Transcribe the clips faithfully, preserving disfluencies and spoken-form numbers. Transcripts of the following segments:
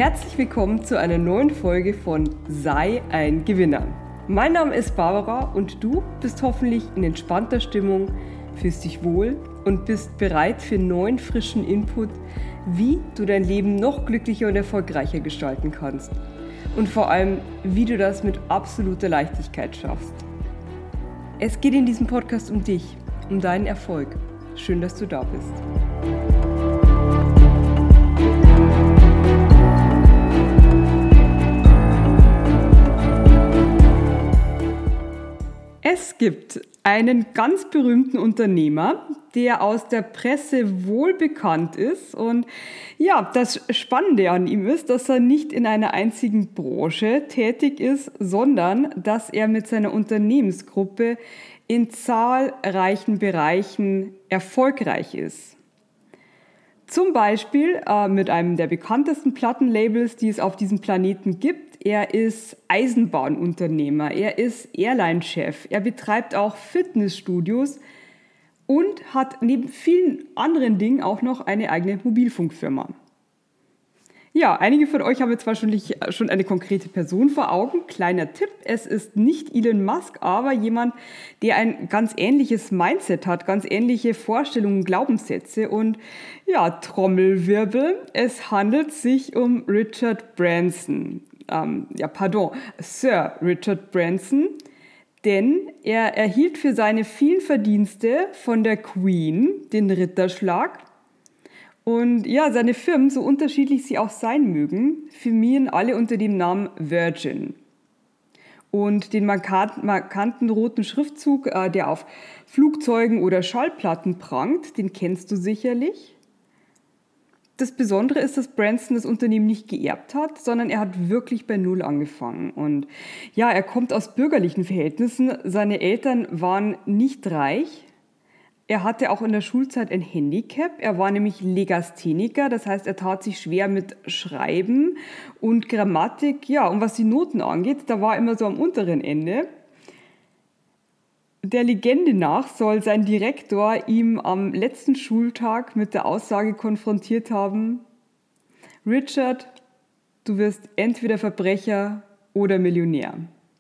Herzlich willkommen zu einer neuen Folge von Sei ein Gewinner. Mein Name ist Barbara und du bist hoffentlich in entspannter Stimmung, fühlst dich wohl und bist bereit für neuen frischen Input, wie du dein Leben noch glücklicher und erfolgreicher gestalten kannst. Und vor allem, wie du das mit absoluter Leichtigkeit schaffst. Es geht in diesem Podcast um dich, um deinen Erfolg. Schön, dass du da bist. Es gibt einen ganz berühmten Unternehmer, der aus der Presse wohl bekannt ist. Und ja, das Spannende an ihm ist, dass er nicht in einer einzigen Branche tätig ist, sondern dass er mit seiner Unternehmensgruppe in zahlreichen Bereichen erfolgreich ist. Zum Beispiel äh, mit einem der bekanntesten Plattenlabels, die es auf diesem Planeten gibt. Er ist Eisenbahnunternehmer, er ist Airline-Chef, er betreibt auch Fitnessstudios und hat neben vielen anderen Dingen auch noch eine eigene Mobilfunkfirma. Ja, einige von euch haben jetzt wahrscheinlich schon eine konkrete Person vor Augen. Kleiner Tipp, es ist nicht Elon Musk, aber jemand, der ein ganz ähnliches Mindset hat, ganz ähnliche Vorstellungen, Glaubenssätze und ja, Trommelwirbel. Es handelt sich um Richard Branson. Ähm, ja, pardon, Sir Richard Branson, denn er erhielt für seine vielen Verdienste von der Queen den Ritterschlag. Und ja, seine Firmen, so unterschiedlich sie auch sein mögen, firmieren alle unter dem Namen Virgin. Und den markanten, markanten roten Schriftzug, äh, der auf Flugzeugen oder Schallplatten prangt, den kennst du sicherlich. Das Besondere ist, dass Branson das Unternehmen nicht geerbt hat, sondern er hat wirklich bei Null angefangen. Und ja, er kommt aus bürgerlichen Verhältnissen. Seine Eltern waren nicht reich. Er hatte auch in der Schulzeit ein Handicap. Er war nämlich Legastheniker, das heißt, er tat sich schwer mit Schreiben und Grammatik. Ja, und was die Noten angeht, da war er immer so am unteren Ende. Der Legende nach soll sein Direktor ihm am letzten Schultag mit der Aussage konfrontiert haben: Richard, du wirst entweder Verbrecher oder Millionär.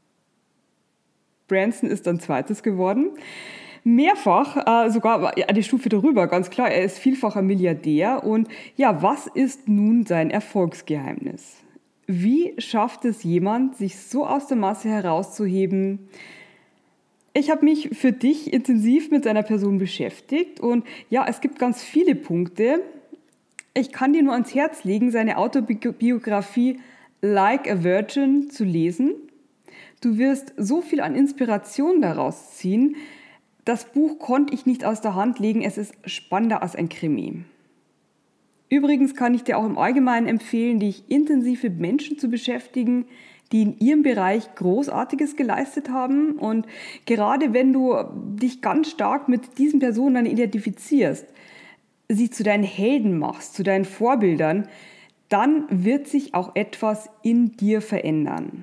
Branson ist dann zweites geworden. Mehrfach, äh, sogar eine Stufe darüber, ganz klar, er ist vielfacher Milliardär. Und ja, was ist nun sein Erfolgsgeheimnis? Wie schafft es jemand, sich so aus der Masse herauszuheben? Ich habe mich für dich intensiv mit seiner Person beschäftigt und ja, es gibt ganz viele Punkte. Ich kann dir nur ans Herz legen, seine Autobiografie Like a Virgin zu lesen. Du wirst so viel an Inspiration daraus ziehen. Das Buch konnte ich nicht aus der Hand legen, es ist spannender als ein Krimi. Übrigens kann ich dir auch im Allgemeinen empfehlen, dich intensiv mit Menschen zu beschäftigen, die in ihrem Bereich Großartiges geleistet haben. Und gerade wenn du dich ganz stark mit diesen Personen dann identifizierst, sie zu deinen Helden machst, zu deinen Vorbildern, dann wird sich auch etwas in dir verändern.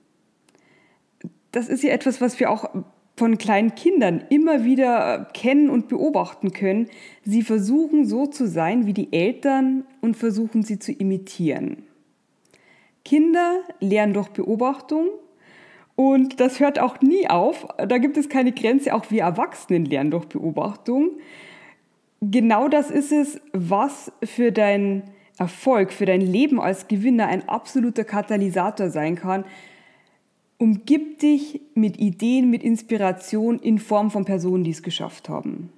Das ist ja etwas, was wir auch von kleinen Kindern immer wieder kennen und beobachten können. Sie versuchen so zu sein wie die Eltern und versuchen sie zu imitieren. Kinder lernen durch Beobachtung und das hört auch nie auf. Da gibt es keine Grenze, auch wir Erwachsenen lernen durch Beobachtung. Genau das ist es, was für deinen Erfolg, für dein Leben als Gewinner ein absoluter Katalysator sein kann. Umgib dich mit Ideen, mit Inspiration in Form von Personen, die es geschafft haben.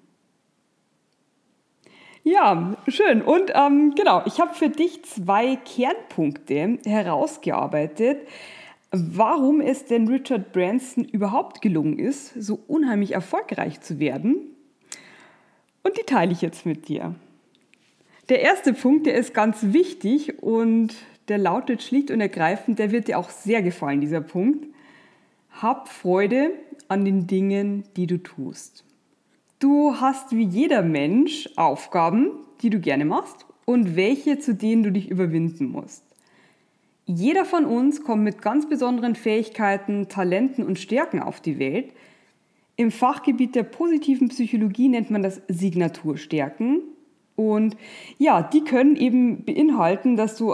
Ja, schön. Und ähm, genau, ich habe für dich zwei Kernpunkte herausgearbeitet, warum es denn Richard Branson überhaupt gelungen ist, so unheimlich erfolgreich zu werden. Und die teile ich jetzt mit dir. Der erste Punkt, der ist ganz wichtig und der lautet schlicht und ergreifend, der wird dir auch sehr gefallen, dieser Punkt. Hab Freude an den Dingen, die du tust. Du hast wie jeder Mensch Aufgaben, die du gerne machst und welche, zu denen du dich überwinden musst. Jeder von uns kommt mit ganz besonderen Fähigkeiten, Talenten und Stärken auf die Welt. Im Fachgebiet der positiven Psychologie nennt man das Signaturstärken. Und ja, die können eben beinhalten, dass du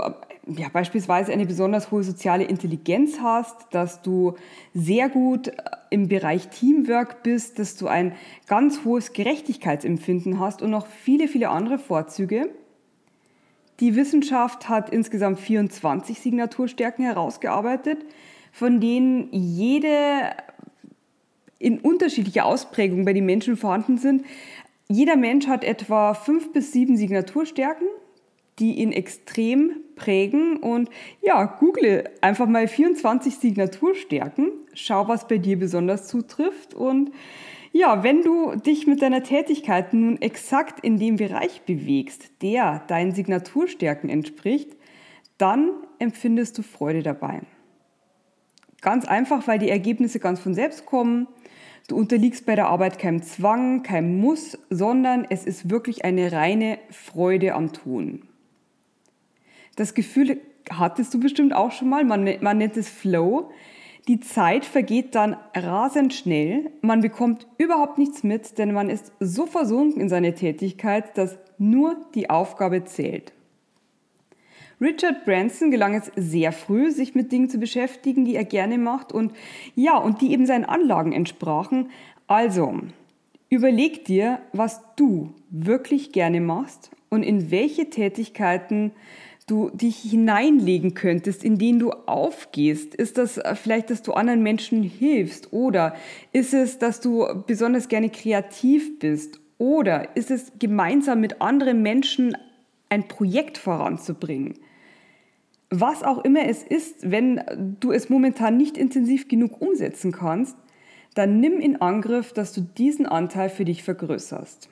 ja, beispielsweise eine besonders hohe soziale Intelligenz hast, dass du sehr gut im Bereich Teamwork bist, dass du ein ganz hohes Gerechtigkeitsempfinden hast und noch viele, viele andere Vorzüge. Die Wissenschaft hat insgesamt vierundzwanzig Signaturstärken herausgearbeitet, von denen jede in unterschiedlicher Ausprägung bei den Menschen vorhanden sind. Jeder Mensch hat etwa fünf bis sieben Signaturstärken, die ihn extrem prägen. Und ja, google einfach mal vierundzwanzig Signaturstärken, schau, was bei dir besonders zutrifft. Und ja, wenn du dich mit deiner Tätigkeit nun exakt in dem Bereich bewegst, der deinen Signaturstärken entspricht, dann empfindest du Freude dabei. Ganz einfach, weil die Ergebnisse ganz von selbst kommen. Du unterliegst bei der Arbeit keinem Zwang, keinem Muss, sondern es ist wirklich eine reine Freude am Tun. Das Gefühl hattest du bestimmt auch schon mal, man, man nennt es Flow. Die Zeit vergeht dann rasend schnell, man bekommt überhaupt nichts mit, denn man ist so versunken in seine Tätigkeit, dass nur die Aufgabe zählt. Richard Branson gelang es sehr früh, sich mit Dingen zu beschäftigen, die er gerne macht und ja, und die eben seinen Anlagen entsprachen. Also, überleg dir, was du wirklich gerne machst und in welche Tätigkeiten du dich hineinlegen könntest, in denen du aufgehst. Ist das vielleicht, dass du anderen Menschen hilfst? Oder ist es, dass du besonders gerne kreativ bist? Oder ist es, gemeinsam mit anderen Menschen ein Projekt voranzubringen? Was auch immer es ist, wenn du es momentan nicht intensiv genug umsetzen kannst, dann nimm in Angriff, dass du diesen Anteil für dich vergrößerst.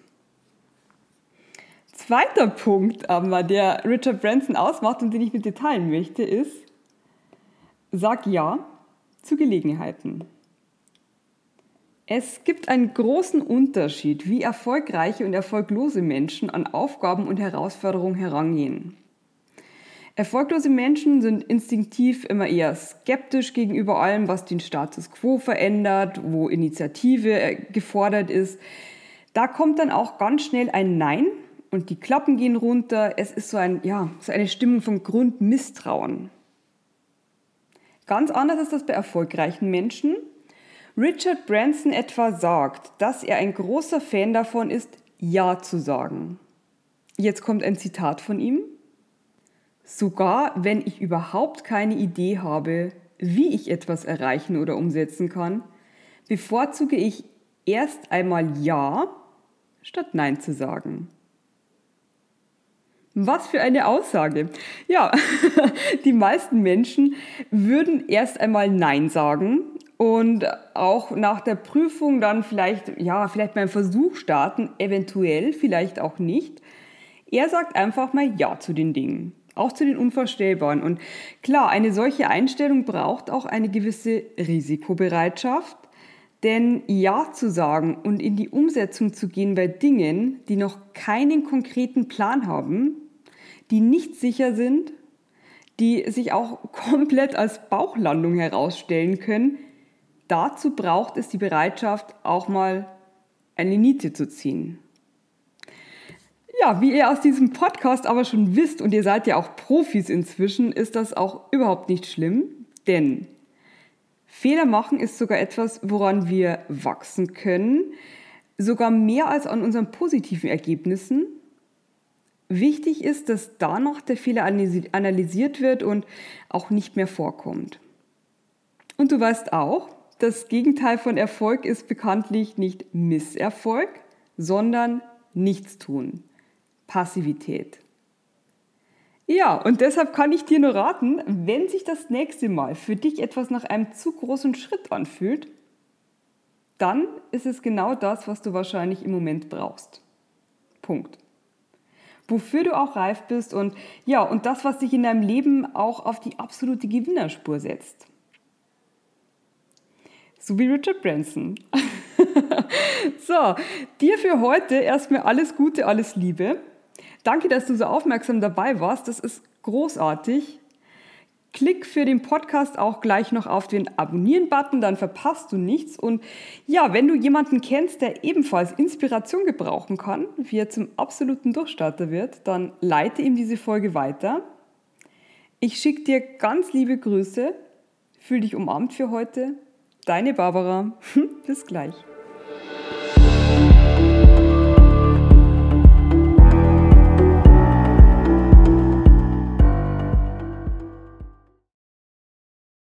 Zweiter Punkt, aber der Richard Branson ausmacht und den ich mit dir teilen möchte, ist, sag Ja zu Gelegenheiten. Es gibt einen großen Unterschied, wie erfolgreiche und erfolglose Menschen an Aufgaben und Herausforderungen herangehen. Erfolglose Menschen sind instinktiv immer eher skeptisch gegenüber allem, was den Status quo verändert, wo Initiative gefordert ist. Da kommt dann auch ganz schnell ein Nein und die Klappen gehen runter. Es ist so, ein, ja, so eine Stimmung von Grundmisstrauen. Ganz anders ist das bei erfolgreichen Menschen. Richard Branson etwa sagt, dass er ein großer Fan davon ist, Ja zu sagen. Jetzt kommt ein Zitat von ihm. Sogar wenn ich überhaupt keine Idee habe, wie ich etwas erreichen oder umsetzen kann, bevorzuge ich erst einmal Ja, statt Nein zu sagen. Was für eine Aussage. Ja, die meisten Menschen würden erst einmal Nein sagen und auch nach der Prüfung dann vielleicht, ja, vielleicht mal einen Versuch starten, eventuell, vielleicht auch nicht. Er sagt einfach mal Ja zu den Dingen, auch zu den Unvorstellbaren. Und klar, eine solche Einstellung braucht auch eine gewisse Risikobereitschaft, denn Ja zu sagen und in die Umsetzung zu gehen bei Dingen, die noch keinen konkreten Plan haben, die nicht sicher sind, die sich auch komplett als Bauchlandung herausstellen können, dazu braucht es die Bereitschaft, auch mal eine Niete zu ziehen. Ja, wie ihr aus diesem Podcast aber schon wisst, und ihr seid ja auch Profis inzwischen, ist das auch überhaupt nicht schlimm, denn Fehler machen ist sogar etwas, woran wir wachsen können, sogar mehr als an unseren positiven Ergebnissen. Wichtig ist, dass danach der Fehler analysiert wird und auch nicht mehr vorkommt. Und du weißt auch, das Gegenteil von Erfolg ist bekanntlich nicht Misserfolg, sondern Nichtstun, Passivität. Ja, und deshalb kann ich dir nur raten, wenn sich das nächste Mal für dich etwas nach einem zu großen Schritt anfühlt, dann ist es genau das, was du wahrscheinlich im Moment brauchst. Punkt. Wofür du auch reif bist und ja, und das, was dich in deinem Leben auch auf die absolute Gewinnerspur setzt. So wie Richard Branson. So, dir für heute erstmal alles Gute, alles Liebe. Danke, dass du so aufmerksam dabei warst. Das ist großartig. Klick für den Podcast auch gleich noch auf den Abonnieren-Button, dann verpasst du nichts. Und ja, wenn du jemanden kennst, der ebenfalls Inspiration gebrauchen kann, wie er zum absoluten Durchstarter wird, dann leite ihm diese Folge weiter. Ich schicke dir ganz liebe Grüße. Fühl dich umarmt für heute. Deine Barbara. Bis gleich.